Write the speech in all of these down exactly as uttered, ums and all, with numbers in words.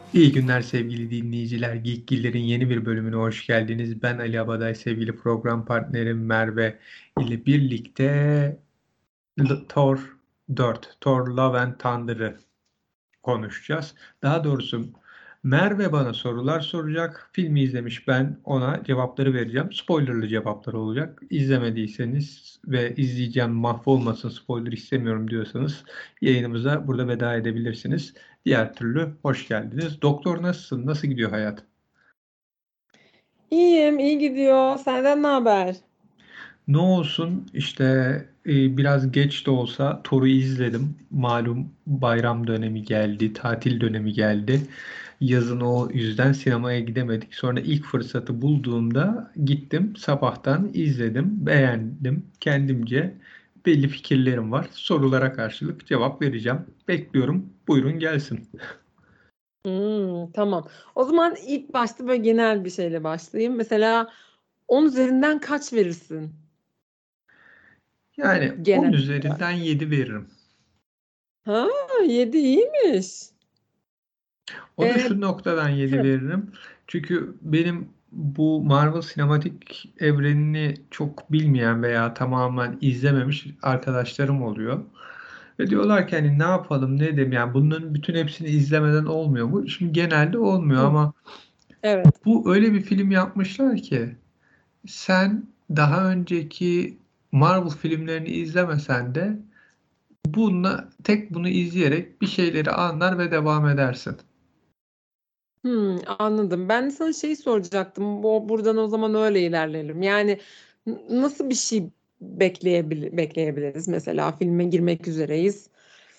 İyi günler sevgili dinleyiciler. Geekgiller'in yeni bir bölümüne hoş geldiniz. Ben Ali Abaday, sevgili program partnerim Merve ile birlikte L- Thor dört, Thor Love and Thunder'ı konuşacağız. Daha doğrusu Merve bana sorular soracak. Filmi izlemiş, ben ona cevapları vereceğim. Spoilerlı cevaplar olacak. İzlemediyseniz ve izleyeceğim mahvolmasın, spoiler istemiyorum diyorsanız yayınımıza burada veda edebilirsiniz. Diğer türlü hoş geldiniz. Doktor nasılsın? Nasıl gidiyor hayat? İyiyim, iyi gidiyor. Senden ne haber? Ne olsun işte, e, biraz geç de olsa Thor'u izledim. Malum bayram dönemi geldi, tatil dönemi geldi. Yazın o yüzden sinemaya gidemedik. Sonra ilk fırsatı bulduğumda gittim, sabahtan izledim, beğendim. Kendimce belli fikirlerim var. Sorulara karşılık cevap vereceğim. Bekliyorum. Buyurun gelsin. Hmm, tamam. O zaman ilk başta böyle genel bir şeyle başlayayım. Mesela on üzerinden kaç verirsin Yani on genel olarak? üzerinden yedi veririm. Ha, yedi iyiymiş. O da Ee, şu noktadan yedi veririm. Çünkü benim bu Marvel sinematik evrenini çok bilmeyen veya tamamen izlememiş arkadaşlarım oluyor. Ve diyorlar ki hani ne yapalım ne edelim, yani bunların bütün hepsini izlemeden olmuyor mu? Şimdi genelde olmuyor hı, ama evet. bu öyle bir film yapmışlar ki sen daha önceki Marvel filmlerini izlemesen de bununla, tek bunu izleyerek bir şeyleri anlar ve devam edersin. Hmm, anladım. Ben de sana şey soracaktım. Bu, buradan o zaman öyle ilerleyelim. Yani n- nasıl bir şey bekleyebil bekleyebiliriz? Mesela filme girmek üzereyiz.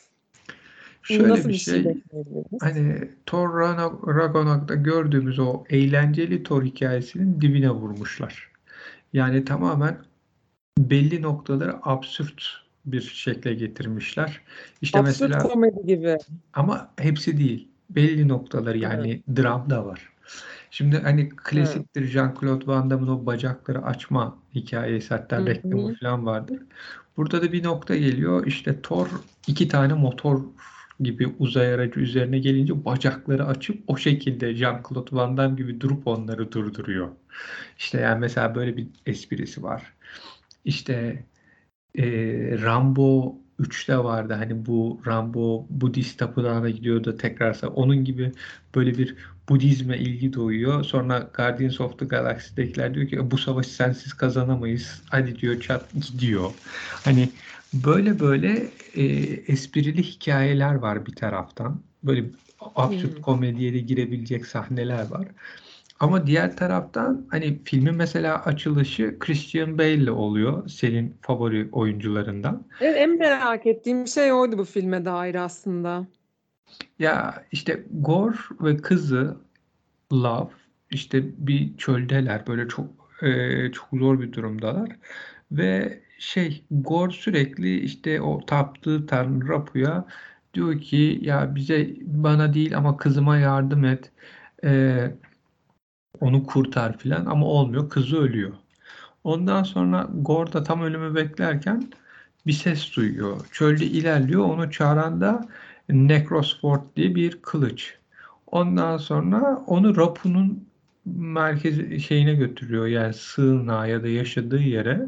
Şöyle Nasıl bir bir şey şey, bekleyebiliriz? hani Thor Ragnar- Ragnarok'ta gördüğümüz o eğlenceli Thor hikayesinin dibine vurmuşlar. Yani tamamen belli noktaları absürt bir şekle getirmişler. İşte Absürt mesela, komedi gibi. ama hepsi değil. Belli noktaları, Ha, yani dram da var. Şimdi hani ha. klasiktir, Jean-Claude Van Damme'ın o bacakları açma hikayesi, hatta Hı reklamı hı. falan vardır. Burada da bir nokta geliyor. İşte Thor iki tane motor gibi uzay aracı üzerine gelince bacakları açıp o şekilde Jean-Claude Van Damme gibi durup onları durduruyor. İşte yani mesela böyle bir esprisi var. İşte e, Rambo üçte vardı. Hani bu Rambo Budist tapınağına gidiyor da tekrar sa- onun gibi böyle bir Budizme ilgi duyuyor. Sonra Guardians of the Galaxy'dekiler diyor ki "E, bu savaşı sensiz kazanamayız. Hadi diyor, çat gidiyor. Hani böyle böyle e, esprili hikayeler var bir taraftan. Böyle absürt Hı. komediye de girebilecek sahneler var. Ama diğer taraftan hani filmin mesela açılışı Christian Bale oluyor. Senin favori oyuncularından. Evet, en merak ettiğim şey oydu bu filme dair aslında. Ya işte Gore ve kızı Love işte bir çöldeler, böyle çok e, çok zor bir durumdalar ve şey, Gore sürekli işte o taptığı tanrı Rapu'ya diyor ki ya bize, bana değil ama kızıma yardım et. E, Onu kurtar filan, ama olmuyor, kızı ölüyor. Ondan sonra Gore da tam ölümü beklerken bir ses duyuyor. Çölde ilerliyor. Onu çağıran da Necrosword diye bir kılıç. Ondan sonra onu Rapu'nun merkezi şeyine götürüyor. Yani sığınağa ya da yaşadığı yere.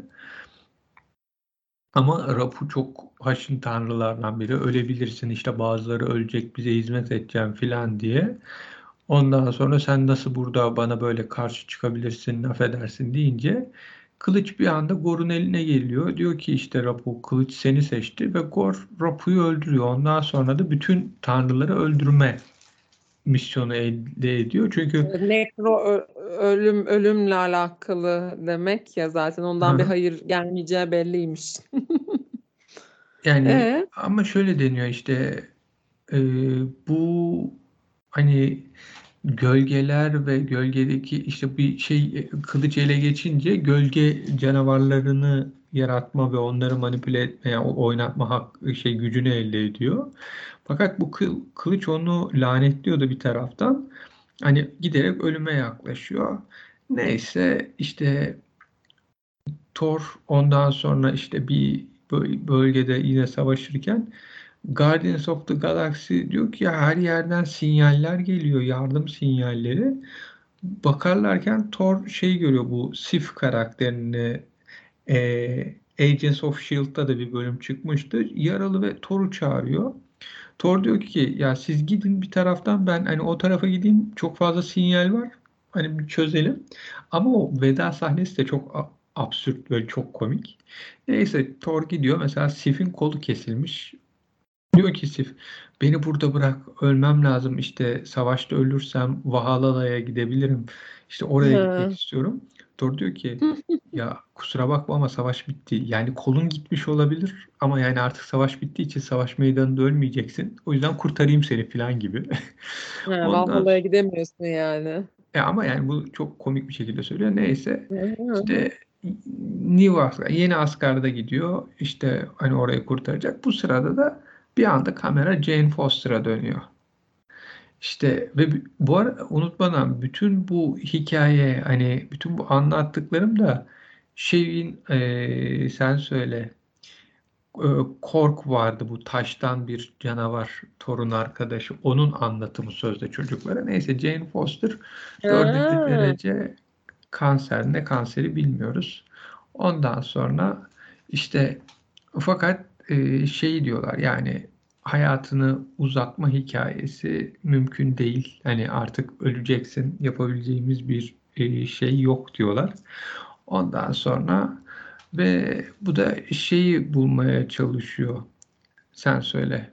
Ama Rapu çok haşin tanrılardan biri. Ölebilirsin işte, bazıları ölecek, bize hizmet edeceğim filan diye. Ondan sonra sen nasıl burada bana böyle karşı çıkabilirsin, affedersin deyince kılıç bir anda Gor'un eline geliyor. Diyor ki işte Rapu, kılıç seni seçti ve Gor Rapu'yu öldürüyor. Ondan sonra da bütün tanrıları öldürme misyonu elde ediyor. Çünkü Nekro ö- ölüm ölümle alakalı demek ya, zaten hı ondan bir hı, hayır gelmeyeceği belliymiş. yani E, ama şöyle deniyor işte, e, bu hani gölgeler ve gölgedeki işte bir şey, kılıç ele geçince gölge canavarlarını yaratma ve onları manipüle etme, yani oynatma hak, şey gücünü elde ediyor. Fakat bu kıl- kılıç onu lanetliyor da bir taraftan. Hani giderek ölüme yaklaşıyor. Neyse işte Thor ondan sonra işte bir bö- bölgede yine savaşırken Guardians of the Galaxy diyor ki ya her yerden sinyaller geliyor, yardım sinyalleri. Bakarlarken Thor şey görüyor, bu Sif karakterini, e, Agents of Shield'da da bir bölüm çıkmıştı. Yaralı ve Thor'u çağırıyor. Thor diyor ki ya siz gidin bir taraftan, ben hani o tarafa gideyim, çok fazla sinyal var. Hani bir çözelim. Ama o veda sahnesi de çok a- absürt, böyle çok komik. Neyse Thor gidiyor, mesela Sif'in kolu kesilmiş. Diyor ki Sif, beni burada bırak, ölmem lazım, işte savaşta ölürsem Valhalla'ya gidebilirim, işte oraya gitmek Hı. istiyorum. Thor diyor ki ya kusura bakma ama savaş bitti. Yani kolun gitmiş olabilir ama yani artık savaş bittiği için savaş meydanında ölmeyeceksin. O yüzden kurtarayım seni falan gibi. Ha, Ondan Valhalla'ya gidemiyorsun yani. e ama yani bu çok komik bir şekilde söylüyor. Neyse Hı hı hı. işte New Asgard, yeni Asgard'a gidiyor. İşte hani orayı kurtaracak. Bu sırada da bir anda kamera Jane Foster'a dönüyor. İşte ve b- bu arada unutmadan bütün bu hikaye, hani bütün bu anlattıklarım da şeyin, eee, sen söyle, e, Kork vardı, bu taştan bir canavar, torun arkadaşı. Onun anlatımı sözde çocuklara. Neyse Jane Foster dördüncü Ha. derece kanser, ne kanseri bilmiyoruz. Ondan sonra işte fakat e, şey diyorlar yani, hayatını uzatma hikayesi mümkün değil. Hani artık öleceksin, yapabileceğimiz bir e, şey yok diyorlar. Ondan sonra ve bu da şeyi bulmaya çalışıyor. Sen söyle.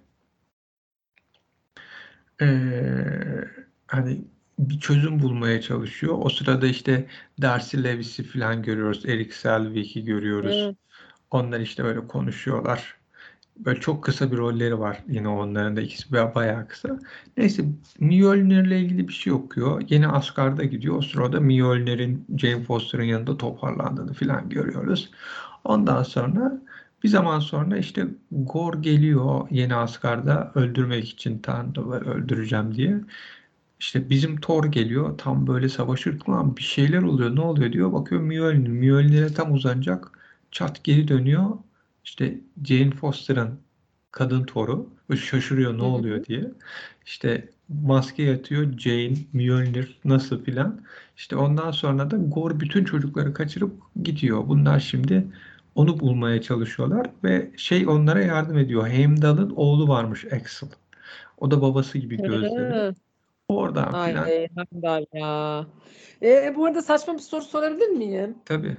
Ee, Hani bir çözüm bulmaya çalışıyor. O sırada işte Darcy Lewis'i falan görüyoruz. Eric Selvig'i görüyoruz. Hı. Onlar işte böyle konuşuyorlar. Böyle çok kısa bir rolleri var yine onların da, ikisi ba- bayağı kısa. Neyse Mjolnir'le ilgili bir şey okuyor. Yeni Asgard'a gidiyor. O sırada Mjolnir'in Jane Foster'ın yanında toparlandığını falan görüyoruz. Ondan sonra bir zaman sonra işte Gore geliyor Yeni Asgard'a öldürmek için, Tanrı'ları öldüreceğim diye. İşte bizim Thor geliyor. Tam böyle savaşırken lan bir şeyler oluyor. Ne oluyor diyor. Bakıyor Mjolnir. Mjolnir'e tam uzanacak. Çat geri dönüyor. İşte Jane Foster'ın kadın Thor'u. Böyle şaşırıyor ne Hı oluyor hı. diye. İşte maske yatıyor. Jane, Mjolnir nasıl filan. İşte ondan sonra da Gore bütün çocukları kaçırıp gidiyor. Bunlar şimdi onu bulmaya çalışıyorlar ve şey onlara yardım ediyor. Heimdall'ın oğlu varmış, Axel. O da babası gibi gözleri. Hı. Oradan Ay filan Heimdall ya. E, bu arada saçma bir soru sorabilir miyim? tabii.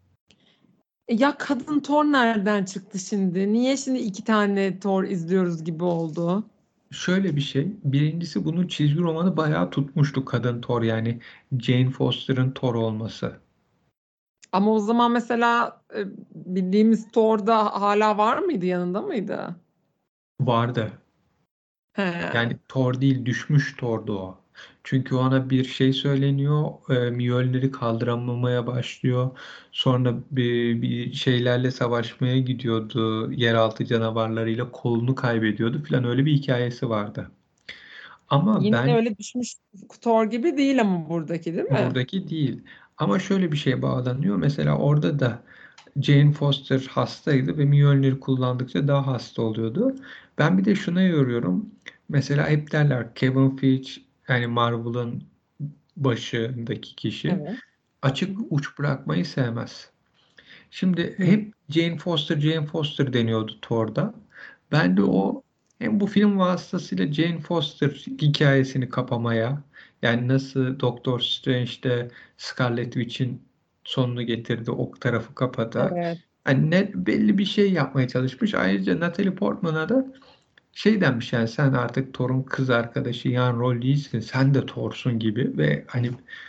E, ya kadın Thor nereden çıktı şimdi? Niye şimdi iki tane Thor izliyoruz gibi oldu? Şöyle bir şey. Birincisi bunun çizgi romanı bayağı tutmuştu, kadın Thor, yani Jane Foster'ın Thor olması. Ama o zaman mesela e, bildiğimiz Thor'da hala var mıydı? Yanında mıydı? Vardı. He. Yani Thor değil, düşmüş Thor'du o. Çünkü ona bir şey söyleniyor. E, Mjolnir'i kaldıramamaya başlıyor. Sonra bir, bir şeylerle savaşmaya gidiyordu. Yeraltı canavarlarıyla kolunu kaybediyordu falan, öyle bir hikayesi vardı. Ama Yine ben öyle düşmüş Thor gibi değil ama buradaki değil mi? buradaki değil. Ama şöyle bir şey bağlanıyor. Mesela orada da Jane Foster hastaydı ve Mjolnir kullandıkça daha hasta oluyordu. Ben bir de şuna yoruyorum. Mesela hep derler Kevin Feige, yani Marvel'ın başındaki kişi, Evet. Hı açık hı. uç bırakmayı sevmez. Şimdi Hı hep Jane Foster, Jane Foster deniyordu Thor'da. Ben de hı. Hı. o hem bu film vasıtasıyla Jane Foster hikayesini kapamaya, yani nasıl Doctor Strange'de Scarlet Witch'in sonunu getirdi, o tarafı kapadı. Evet. Hani ne, belli bir şey yapmaya çalışmış. Ayrıca Natalie Portman'a da şey denmiş, yani sen artık Thor'un kız arkadaşı, yan rol değilsin, sen de Thor'sun gibi ve hani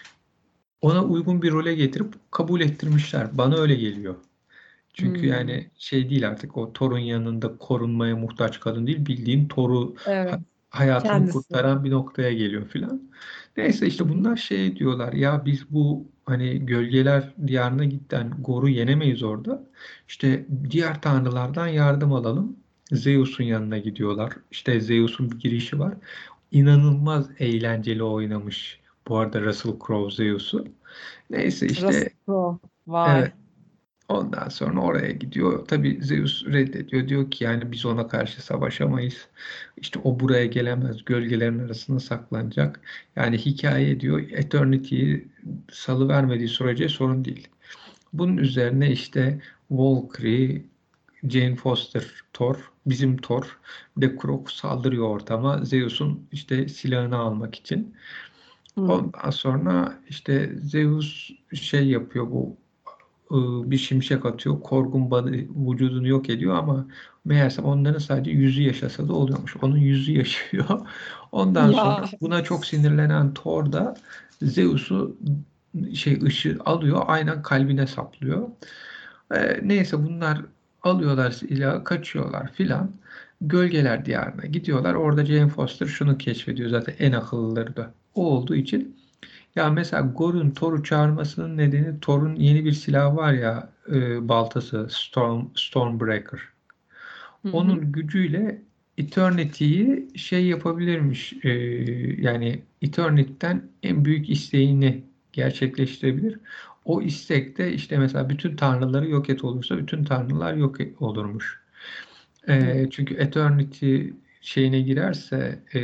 ona uygun bir role getirip kabul ettirmişler. Bana öyle geliyor. Çünkü Hmm. yani şey değil, artık o torun yanında korunmaya muhtaç kadın değil. Bildiğin toru Evet. ha- hayatını Kendisi. kurtaran bir noktaya geliyor filan. Neyse Hı işte hı. bunlar şey diyorlar ya, biz bu hani gölgeler diyarına gitten Gor'u yenemeyiz orada. İşte diğer tanrılardan yardım alalım. Zeus'un yanına gidiyorlar. İşte Zeus'un bir girişi var. İnanılmaz eğlenceli oynamış bu arada Russell Crowe Zeus'u. Neyse işte Russell Crowe. evet. Vay. Ondan sonra oraya gidiyor. Tabii Zeus reddediyor. Diyor ki yani biz ona karşı savaşamayız. İşte o buraya gelemez. Gölgelerin arasında saklanacak. Yani hikaye diyor Eternity'yi salıvermediği sürece sorun değil. Bunun üzerine işte Valkyrie, Jane Foster, Thor, bizim Thor, bir de Krok saldırıyor ortama. Zeus'un işte silahını almak için. Hı. Ondan sonra işte Zeus şey yapıyor bu ıı, bir şimşek atıyor. Korgun body- vücudunu yok ediyor ama meğerse onların sadece yüzü yaşasa da oluyormuş. Onun yüzü yaşıyor. Ondan sonra Ya. buna çok sinirlenen Thor da Zeus'u şey ışığı alıyor, aynen kalbine saplıyor. Ee, neyse bunlar alıyorlar silahı, kaçıyorlar filan. Gölgeler Diyarı'na gidiyorlar. Orada Jane Foster şunu keşfediyor, zaten en akıllıları da o olduğu için. Ya mesela Gor'un Thor'u çağırmasının nedeni Thor'un yeni bir silahı var ya e, baltası Storm, Stormbreaker. Hı hı. Onun gücüyle Eternity'yi şey yapabilirmiş. E, yani Eternity'den en büyük isteğini gerçekleştirebilir. O istekte işte mesela bütün tanrıları yok et olursa bütün tanrılar yok et- olurmuş. Hı. E, çünkü Eternity şeyine girerse e,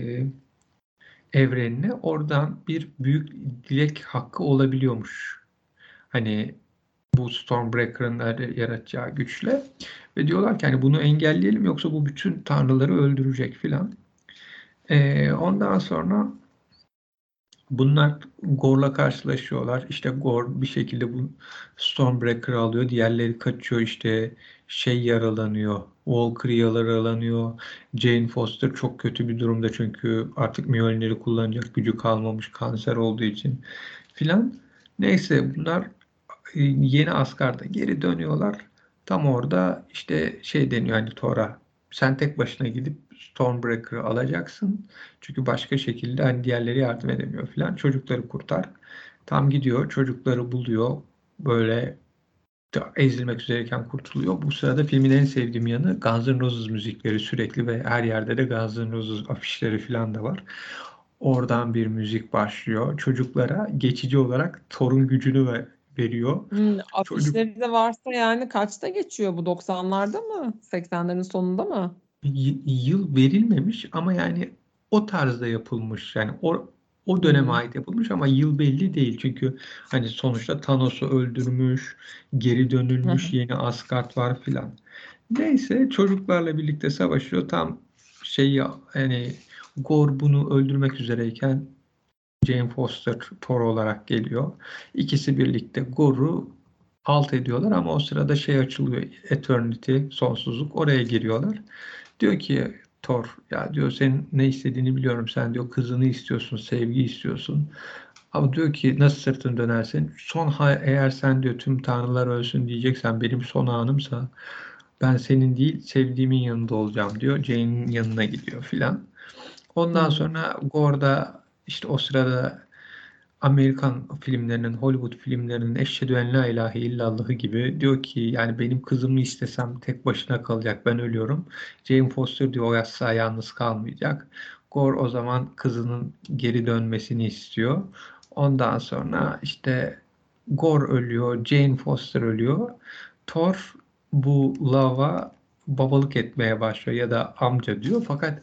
evrenine oradan bir büyük dilek hakkı olabiliyormuş. Hani bu Stormbreaker'ın er- yaratacağı güçle ve diyorlar ki hani bunu engelleyelim yoksa bu bütün tanrıları öldürecek filan. Ee, ondan sonra bunlar Gor'la karşılaşıyorlar. İşte Gor bir şekilde bu Stormbreaker'ı alıyor. Diğerleri kaçıyor işte şey yaralanıyor. Valkyrie yaralanıyor. Jane Foster çok kötü bir durumda çünkü artık Mjolnir'i kullanacak gücü kalmamış kanser olduğu için filan. Neyse bunlar e, yeni Asgard'a geri dönüyorlar. Tam orada işte şey deniyor hani Thor'a sen tek başına gidip Stormbreaker'ı alacaksın. Çünkü başka şekilde hani diğerleri yardım edemiyor filan. Çocukları kurtar. Tam gidiyor çocukları buluyor. Böyle ezilmek üzereyken kurtuluyor. Bu sırada filmin en sevdiğim yanı Guns N' Roses müzikleri sürekli ve her yerde de Guns N' Roses afişleri filan da var. Oradan bir müzik başlıyor. Çocuklara geçici olarak Thor'un gücünü ve- veriyor. Hmm, Çocuk afişleri de varsa yani kaçta geçiyor bu? doksanlarda mı? seksenlerin sonunda mı? y- yıl verilmemiş ama yani o tarzda yapılmış. Yani o o döneme Hmm. ait yapılmış ama yıl belli değil. Çünkü hani sonuçta Thanos'u öldürmüş, geri Hı dönülmüş, hı. yeni Asgard var filan. Neyse çocuklarla birlikte savaşıyor. Tam şey yani Gore bunu öldürmek üzereyken Jane Foster Thor olarak geliyor. İkisi birlikte Gore'u alt ediyorlar ama o sırada şey açılıyor. Eternity, sonsuzluk. Oraya giriyorlar. Diyor ki Thor ya diyor senin ne istediğini biliyorum. Sen diyor kızını istiyorsun, sevgi istiyorsun. Ama diyor ki nasıl sırtını dönersin? Son ha- eğer sen diyor tüm tanrılar ölsün diyeceksen benim son anımsa ben senin değil sevdiğimin yanında olacağım diyor. Jane'in yanına gidiyor filan. Ondan Hmm. sonra Gorda işte o sırada Amerikan filmlerinin, Hollywood filmlerinin eşhedü en la ilahe illallahı gibi diyor ki yani benim kızımı istesem tek başına kalacak ben ölüyorum. Jane Foster diyor o yassağa yalnız kalmayacak. Gore o zaman kızının geri dönmesini istiyor. Ondan sonra işte Gore ölüyor, Jane Foster ölüyor. Thor bu lava babalık etmeye başlıyor ya da amca diyor fakat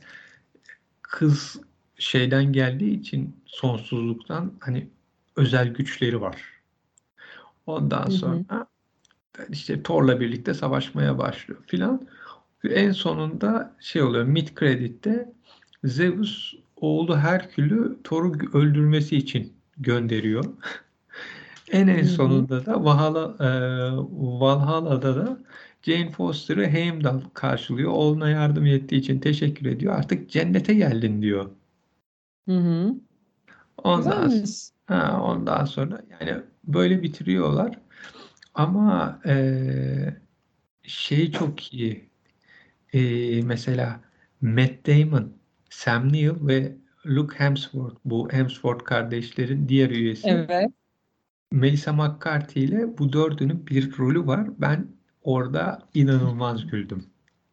kız şeyden geldiği için sonsuzluktan hani özel güçleri var. Ondan Hı hı. sonra işte Thor'la birlikte savaşmaya başlıyor filan. Ve en sonunda şey oluyor mid credit'te Zeus oğlu Herkül'ü Thor'u öldürmesi için gönderiyor. En en Hı hı. sonunda da Valhalla, e, Valhalla'da da Jane Foster'ı Heimdall karşılıyor. Oğluna yardım ettiği için teşekkür ediyor. Artık cennete geldin diyor. Hı hı. Ondan, s- Güzelmiş. ha, ondan sonra yani böyle bitiriyorlar. Ama eee, şey çok iyi. Eee, mesela Matt Damon, Sam Neill ve Luke Hemsworth bu Hemsworth kardeşlerin diğer üyesi. Evet. Melissa McCarthy ile bu dördünün bir rolü var. Ben orada inanılmaz güldüm.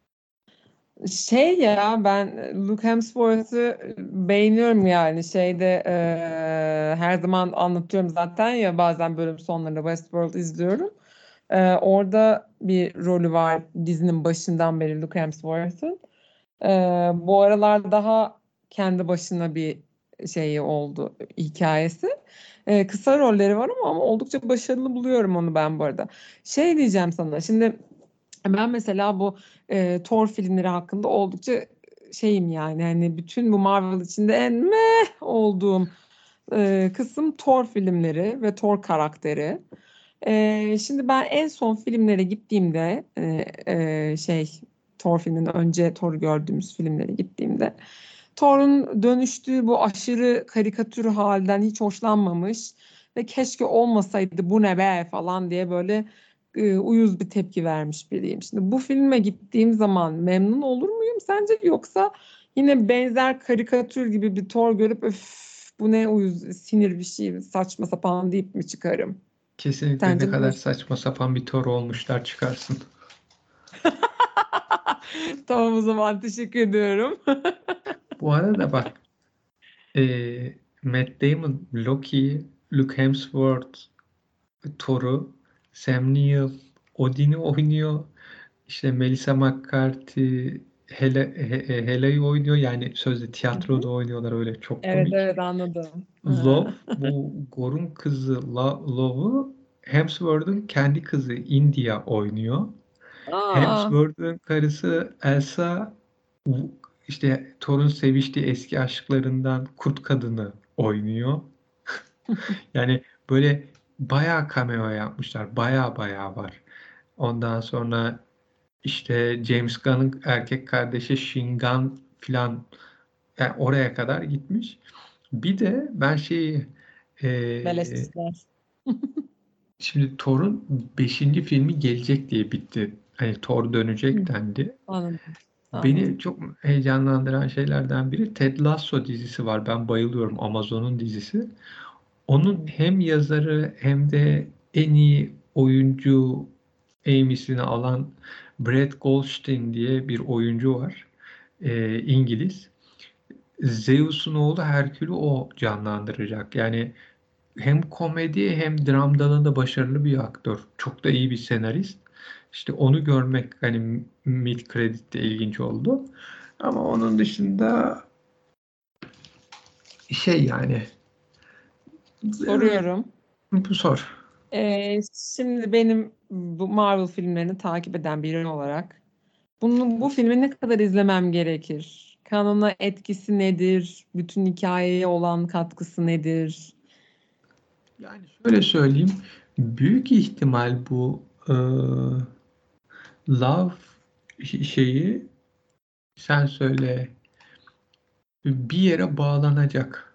Şey ya ben Luke Hemsworth'ı beğeniyorum yani şeyde eee, her zaman anlatıyorum zaten ya bazen bölüm sonlarında Westworld izliyorum. Ee, orada bir rolü var dizinin başından beri Luke Hemsworth'ın. Ee, bu aralar daha kendi başına bir şeyi oldu hikayesi. Ee, kısa rolleri var ama, ama oldukça başarılı buluyorum onu ben bu arada. Şey diyeceğim sana şimdi ben mesela bu e, Thor filmleri hakkında oldukça şeyim yani hani bütün bu Marvel içinde en meh olduğum e, kısım Thor filmleri ve Thor karakteri. E, şimdi ben en son filmlere gittiğimde e, e, şey Thor filminden önce Thor'u gördüğümüz filmlere gittiğimde Thor'un dönüştüğü bu aşırı karikatür halden hiç hoşlanmamış ve keşke olmasaydı bu ne be falan diye böyle e, uyuz bir tepki vermiş biriyim. Şimdi bu filme gittiğim zaman memnun olur muyum sence yoksa yine benzer karikatür gibi bir Thor görüp öf bu ne uyuz sinir bir şey saçma sapan deyip mi çıkarım? Kesinlikle ne Sence kadar nasıl? saçma sapan bir Thor olmuşlar çıkarsın. Tamam o zaman teşekkür ediyorum. Bu arada bak e, Matt Damon, Loki, Luke Hemsworth, Thor'u, Sam Neill, Odin'i oynuyor. İşte Melissa McCarthy, Hela, He- Hela'yı oynuyor. Yani sözde Hı hı. tiyatroda oynuyorlar öyle çok Evet komik. evet anladım. Love, Ha. bu Gor'un kızı La- Love'u Hemsworth'un kendi kızı India oynuyor. Aa. Hemsworth'un karısı Elsa bu- işte Thor'un seviştiği eski aşklarından Kurt Kadını oynuyor. Yani böyle bayağı cameo yapmışlar. Bayağı bayağı var. Ondan sonra işte James Gunn'ın erkek kardeşi Shingan filan yani oraya kadar gitmiş. Bir de ben şeyi eee, Beleşçiler. şimdi Thor'un beşinci filmi gelecek diye bitti. Hani Thor dönecek Hı, dendi. anladım. Beni Anladım. çok heyecanlandıran şeylerden biri Ted Lasso dizisi var. Ben bayılıyorum Amazon'un dizisi. Onun Hı. hem yazarı hem de en iyi oyuncu Amy'sini alan Brad Goldstein diye bir oyuncu var. Ee, İngiliz. Zeus'un oğlu Herkül'ü o canlandıracak. Yani hem komedi hem dram dalında başarılı bir aktör. Çok da iyi bir senarist. İşte onu görmek hani mid credit'te ilginç oldu. Ama onun dışında şey yani Soruyorum. bu sor. Ee, şimdi benim bu Marvel filmlerini takip eden biri olarak bunu, bu filmi ne kadar izlemem gerekir? Kanona etkisi nedir? Bütün hikayeye olan katkısı nedir? Yani şöyle söyleyeyim. Büyük ihtimal bu e, love ş- şeyi sen söyle bir yere bağlanacak.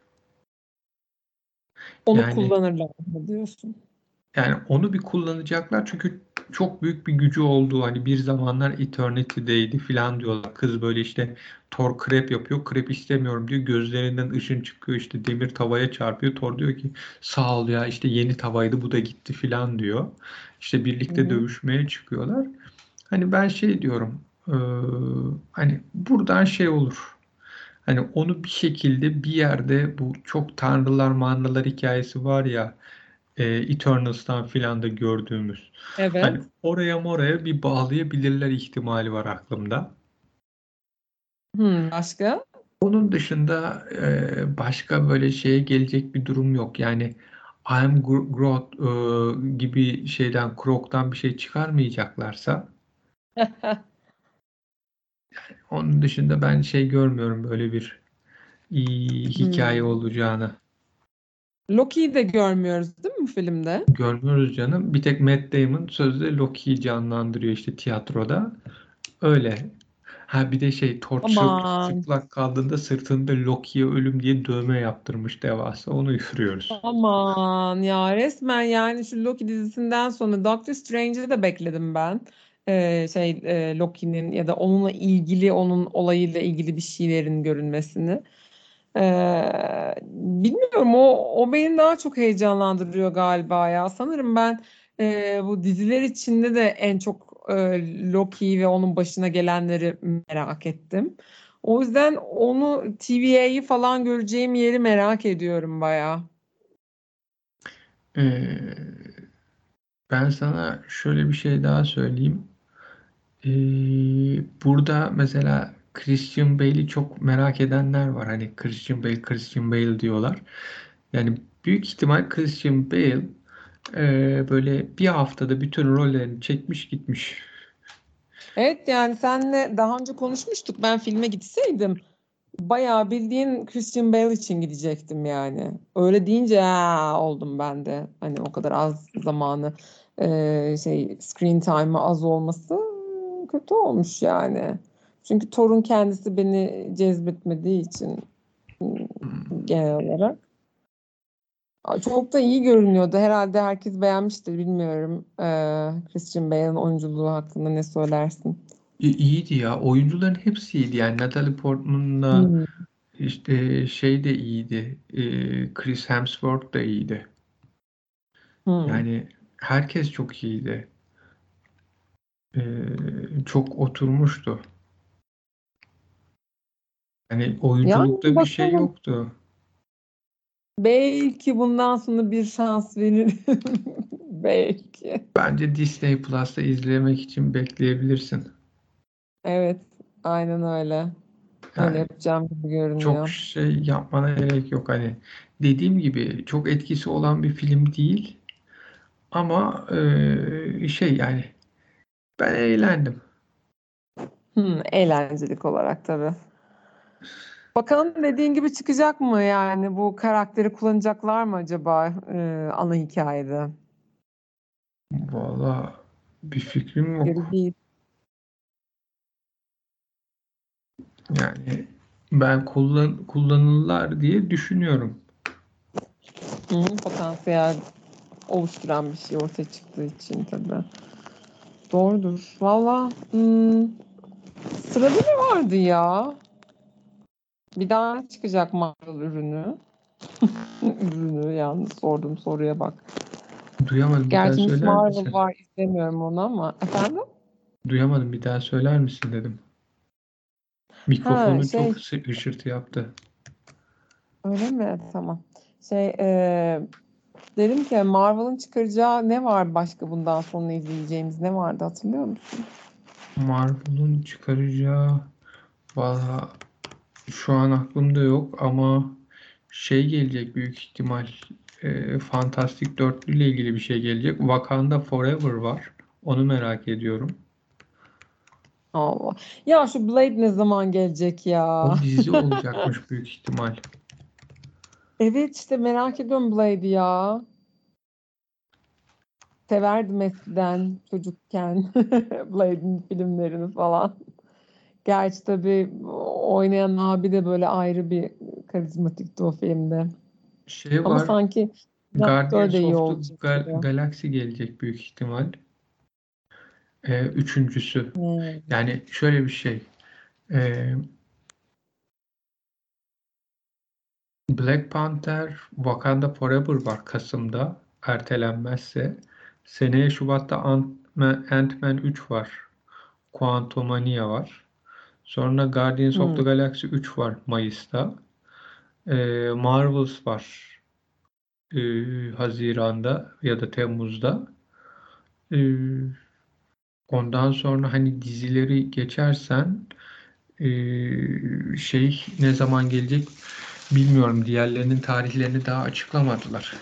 Onu Yani kullanırlar mı diyorsun? Yani onu bir kullanacaklar çünkü çok büyük bir gücü olduğu hani bir zamanlar Eternity'deydi filan diyorlar. Kız böyle işte Thor krep yapıyor. Krep istemiyorum diyor. Gözlerinden ışın çıkıyor işte demir tavaya çarpıyor. Thor diyor ki sağ ol ya işte yeni tavaydı bu da gitti filan diyor. İşte Hı birlikte hı. dövüşmeye çıkıyorlar. Hani ben şey diyorum eee, hani buradan şey olur. Hani onu bir şekilde bir yerde bu çok tanrılar manrılar hikayesi var ya e, Eternals'tan filan da gördüğümüz. Hani Evet. oraya moraya bir bağlayabilirler ihtimali var aklımda. Hmm, başka? Onun dışında e, başka böyle şeye gelecek bir durum yok. Yani I am Gro- Groot e, gibi şeyden Krok'tan bir şey çıkarmayacaklarsa onun dışında ben şey görmüyorum böyle bir iyi hikaye Hmm. olacağını. Loki'yi de görmüyoruz değil mi bu filmde? Görmüyoruz canım. Bir tek Matt Damon sözde Loki'yi canlandırıyor işte tiyatroda. Öyle. Ha bir de şey Thor çırp- Aman. çıplak kaldığında sırtında Loki'ye ölüm diye dövme yaptırmış devasa. Onu yürüyoruz. Aman ya resmen yani şu Loki dizisinden sonra Doctor Strange'i de bekledim ben. Ee, şey e, Loki'nin ya da onunla ilgili onun olayıyla ilgili bir şeylerin görünmesini. Ee, bilmiyorum o o beni daha çok heyecanlandırıyor galiba ya. Sanırım ben e, bu diziler içinde de en çok e, Loki ve onun başına gelenleri merak ettim. O yüzden onu T V A'yı falan göreceğim yeri merak ediyorum bayağı. Ee, Ben sana şöyle bir şey daha söyleyeyim. Ee, burada mesela Christian Bale'i çok merak edenler var. Hani Christian Bale, Christian Bale diyorlar. Yani büyük ihtimal Christian Bale e, böyle bir haftada bütün rollerini çekmiş gitmiş. Evet, yani senle daha önce konuşmuştuk. Ben filme gitseydim bayağı bildiğin Christian Bale için gidecektim yani. Öyle deyince ha, oldum ben de. Hani o kadar az zamanı e, şey screen time'ı az olması kötü olmuş yani. Çünkü Thor'un kendisi beni cezbetmediği için Hmm. genel olarak. Aa, çok da iyi görünüyordu. Herhalde herkes beğenmiştir, bilmiyorum. Ee, Christian Bale'ın oyunculuğu hakkında ne söylersin? İ- iyiydi ya. Oyuncuların hepsi iyiydi. Yani Natalie Portman'la Hmm. işte şey de iyiydi. E, Chris Hemsworth da iyiydi. Hmm. Yani herkes çok iyiydi. E, çok oturmuştu. Hani Yani oyunculukta bir şey bakalım. yoktu. Belki bundan sonra bir şans verir. Belki. Bence Disney Plus'ta izlemek için bekleyebilirsin. Evet, aynen öyle. Öyle Yani yapacağım gibi çok görünüyor. şey yapmana gerek yok. Hani dediğim gibi çok etkisi olan bir film değil. Ama e, şey yani ben eğlendim. Hmm, eğlencelik olarak tabii. Bakalım, dediğin gibi çıkacak mı yani? Bu karakteri kullanacaklar mı acaba e, ana hikayede? Valla bir fikrim Geri yok. değil. Yani ben kullan kullanırlar diye düşünüyorum. Hı, potansiyel oluşturan bir şey ortaya çıktığı için tabii. Doğrudur. Valla hmm, sırada ne vardı ya? Bir daha çıkacak Marvel ürünü. Ürünü, yalnız sorduğum soruya bak. Duyamadım, bir daha Gerçi Miss söyler Marvel misin? var, izlemiyorum onu ama. Efendim? Duyamadım, bir daha söyler misin dedim. Ha Mikrofonu çok şey, sı- hışırtı yaptı. öyle mi? Tamam. Şey e, dedim ki Marvel'ın çıkaracağı ne var başka, bundan sonra izleyeceğimiz ne vardı, hatırlıyor musun? Marvel'ın çıkaracağı valla şu an aklımda yok ama şey gelecek büyük ihtimal, e, Fantastic Dörtlü ile ilgili bir şey gelecek. Wakanda Forever var. Onu merak ediyorum. Allah. Ya şu Blade ne zaman gelecek ya? O dizi olacakmış büyük ihtimal. Evet, işte merak ediyorum Blade'i ya. Severdim eskiden çocukken Blade'in filmlerini falan. Gerçi tabii oynayan abi de böyle ayrı bir karizmatikti o filmde. Şey Ama var. sanki aktör de Guardians iyi of the olacak Gal- gibi. Galaxy gelecek büyük ihtimal. E, üçüncüsü. Hmm. Yani şöyle bir şey. E, Black Panther, Wakanda Forever var Kasım'da, ertelenmezse. Seneye Şubat'ta Ant-Man, Ant-Man üç var. Quantumania var. Sonra Guardians of Hmm. the Galaxy üç var Mayıs'ta. Ee, Marvels var ee, Haziran'da ya da Temmuz'da. Ee, ondan sonra hani dizileri geçersen ee, şey ne zaman gelecek bilmiyorum. Diğerlerinin tarihlerini daha açıklamadılar.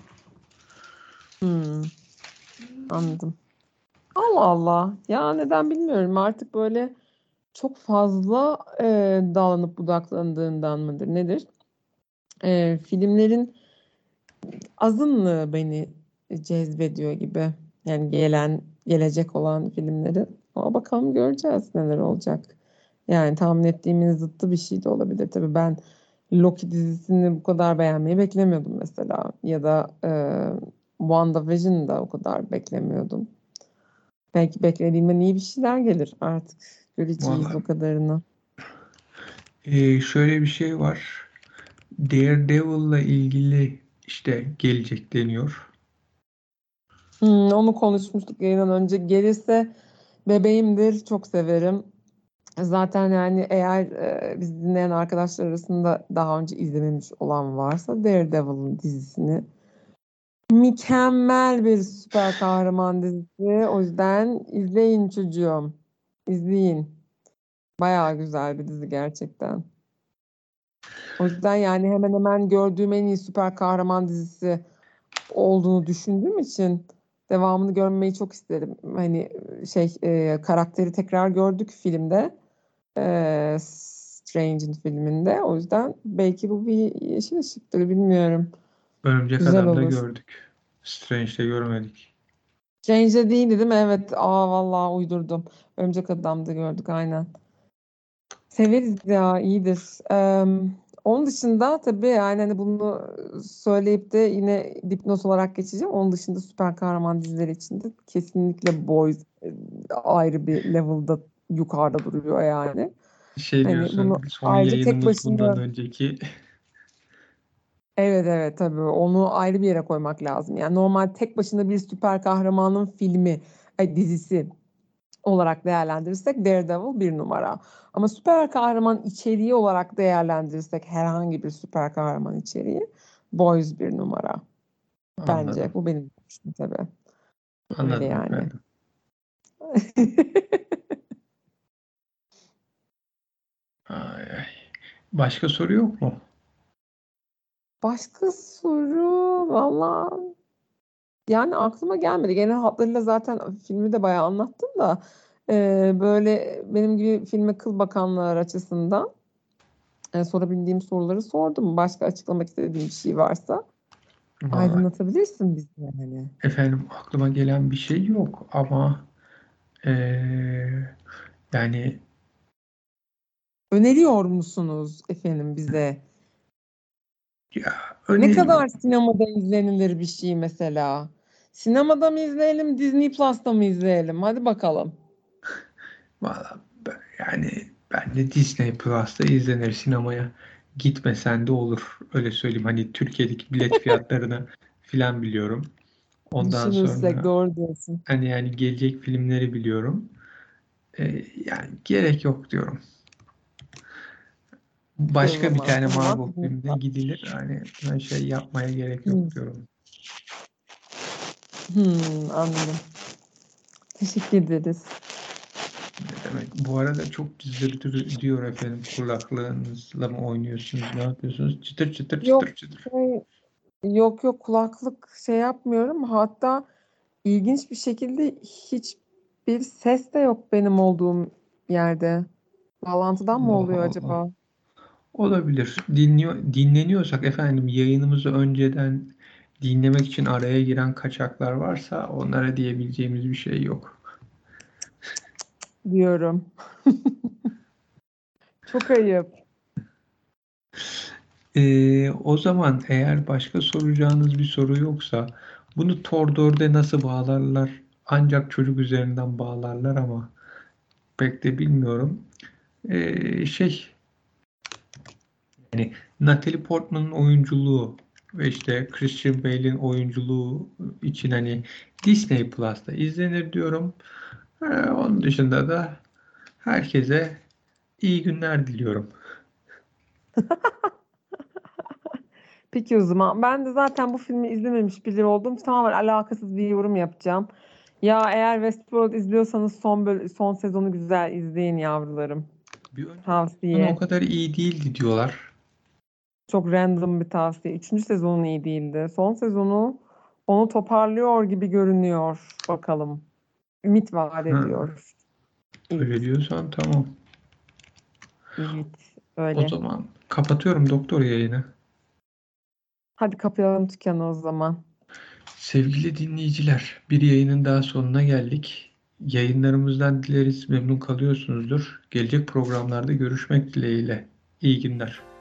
Hmm. Anladım. Allah Allah. Ya neden bilmiyorum. Artık böyle çok fazla e, dağlanıp budaklandığından mıdır? Nedir? E, filmlerin azınlığı beni cezbediyor gibi. Yani gelen, gelecek olan filmleri. Ama bakalım, göreceğiz neler olacak. Yani tahmin ettiğimin zıttı bir şey de olabilir. Tabii ben Loki dizisini bu kadar beğenmeyi beklemiyordum mesela. Ya da e, WandaVision'ı da o kadar beklemiyordum. Belki beklediğimden iyi bir şeyler gelir artık. Göreceğiz Vallahi o kadarını. ee, şöyle bir şey var. Daredevil'la ilgili işte gelecek deniyor. Hmm, onu konuşmuştuk yayından önce. Gelirse bebeğimdir. Çok severim. Zaten yani eğer e, bizi dinleyen arkadaşlar arasında daha önce izlememiş olan varsa Daredevil'ın dizisini Mükemmel bir süper kahraman dizisi. O yüzden izleyin çocuğum. İzleyin. Bayağı güzel bir dizi gerçekten. O yüzden yani hemen hemen gördüğüm en iyi süper kahraman dizisi olduğunu düşündüğüm için devamını görmeyi çok isterim. Hani şey e, karakteri tekrar gördük filmde. E, Strange'in filminde. O yüzden belki bu bir yeşil ışıktır, bilmiyorum. Örümcek Güzel Adam'da olur. gördük. Strange'de görmedik. Strange'de değildi değil mi? Evet. Aa vallahi uydurdum. Örümcek Adam'da gördük aynen. Severiz ya, iyidir. Eee, onun dışında tabii yani hani bunu söyleyip de yine dipnot olarak geçeceğim. Onun dışında süper kahraman dizileri içinde kesinlikle Boys e, ayrı bir level'da yukarıda duruyor yani. Şey Hani bunu diyorsun, son ayrıca tek yayınımız bundan başına, önceki. evet evet tabii onu ayrı bir yere koymak lazım. Yani normal tek başına bir süper kahramanın filmi, ay, dizisi olarak değerlendirirsek Daredevil bir numara. Ama süper kahraman içeriği olarak değerlendirirsek herhangi bir süper kahraman içeriği Boys bir numara. Bence. Anladım. Bu benim düşüncem tabii. Öyle Anladım yani. efendim. Ay, ay. Başka soru yok mu? Başka soru valla yani aklıma gelmedi. Genel hatlarıyla zaten filmi de bayağı anlattım da e, böyle benim gibi filme kıl bakanlar açısından e, sorabildiğim soruları sordum. Başka açıklamak istediğim bir şey varsa Vallahi aydınlatabilirsin bizi yani. efendim, aklıma gelen bir şey yok ama eee, yani Öneriyor musunuz efendim bize? ya Ne öneriyorum. kadar sinemada izlenilir bir şey mesela? Sinemada mı izleyelim, Disney Plus'ta mı izleyelim? Hadi bakalım. Vallahi ben- yani ben de Disney Plus'ta izlenir, sinemaya gitmesen de olur. Öyle söyleyeyim. Hani Türkiye'deki bilet fiyatlarını filan biliyorum. Ondan Düşünürsek sonra doğru diyorsun. hani yani gelecek filmleri biliyorum. Eee, yani gerek yok diyorum. Peki o Başka bir zaman. tane O zaman Marvel Disney filmine Plus. gidilir. Hani buna şey yapmaya gerek Hmm, yok diyorum. hmm, anladım. Teşekkür ederiz. Ne demek? Bu arada çok cızırtı diyor efendim. Kulaklığınızla mı oynuyorsunuz? Ne yapıyorsunuz? Çıtır çıtır Yok çıtır çıtır. şey, yok yok kulaklık şey yapmıyorum. Hatta ilginç bir şekilde hiçbir ses de yok benim olduğum yerde. Bağlantıdan mı Allah oluyor Allah. acaba? Olabilir. Dinliyor, dinleniyorsak efendim, yayınımızı önceden dinlemek için araya giren kaçaklar varsa onlara diyebileceğimiz bir şey yok. Diyorum. Çok ayıp. Ee, o zaman eğer başka soracağınız bir soru yoksa, bunu Tor dörde nasıl bağlarlar? Ancak çocuk üzerinden bağlarlar ama pek de bilmiyorum. Ee, şey yani Natalie Portman'ın oyunculuğu ve işte Christian Bale'in oyunculuğu için hani Disney Plus'ta izlenir diyorum. Ee, onun dışında da herkese iyi günler diliyorum. Peki o zaman ben de zaten bu filmi izlememiş biri olduğum için tamamen alakasız bir yorum yapacağım. Ya eğer Westworld izliyorsanız son böl- son sezonu güzel izleyin yavrularım. Bir önceki sezon o Tavsiye. kadar iyi değildi diyorlar. Çok random bir tavsiye. Üçüncü sezonu iyi değildi. Son sezonu onu toparlıyor gibi görünüyor. Bakalım. Ümit vaat Ha, ediyor. Evet. öyle diyorsan tamam. Evet. O Öyle. zaman kapatıyorum doktor yayını. Hadi kapayalım dükkanı o zaman. Sevgili dinleyiciler, bir yayının daha sonuna geldik. Yayınlarımızdan dileriz memnun kalıyorsunuzdur. Gelecek programlarda görüşmek dileğiyle. İyi günler.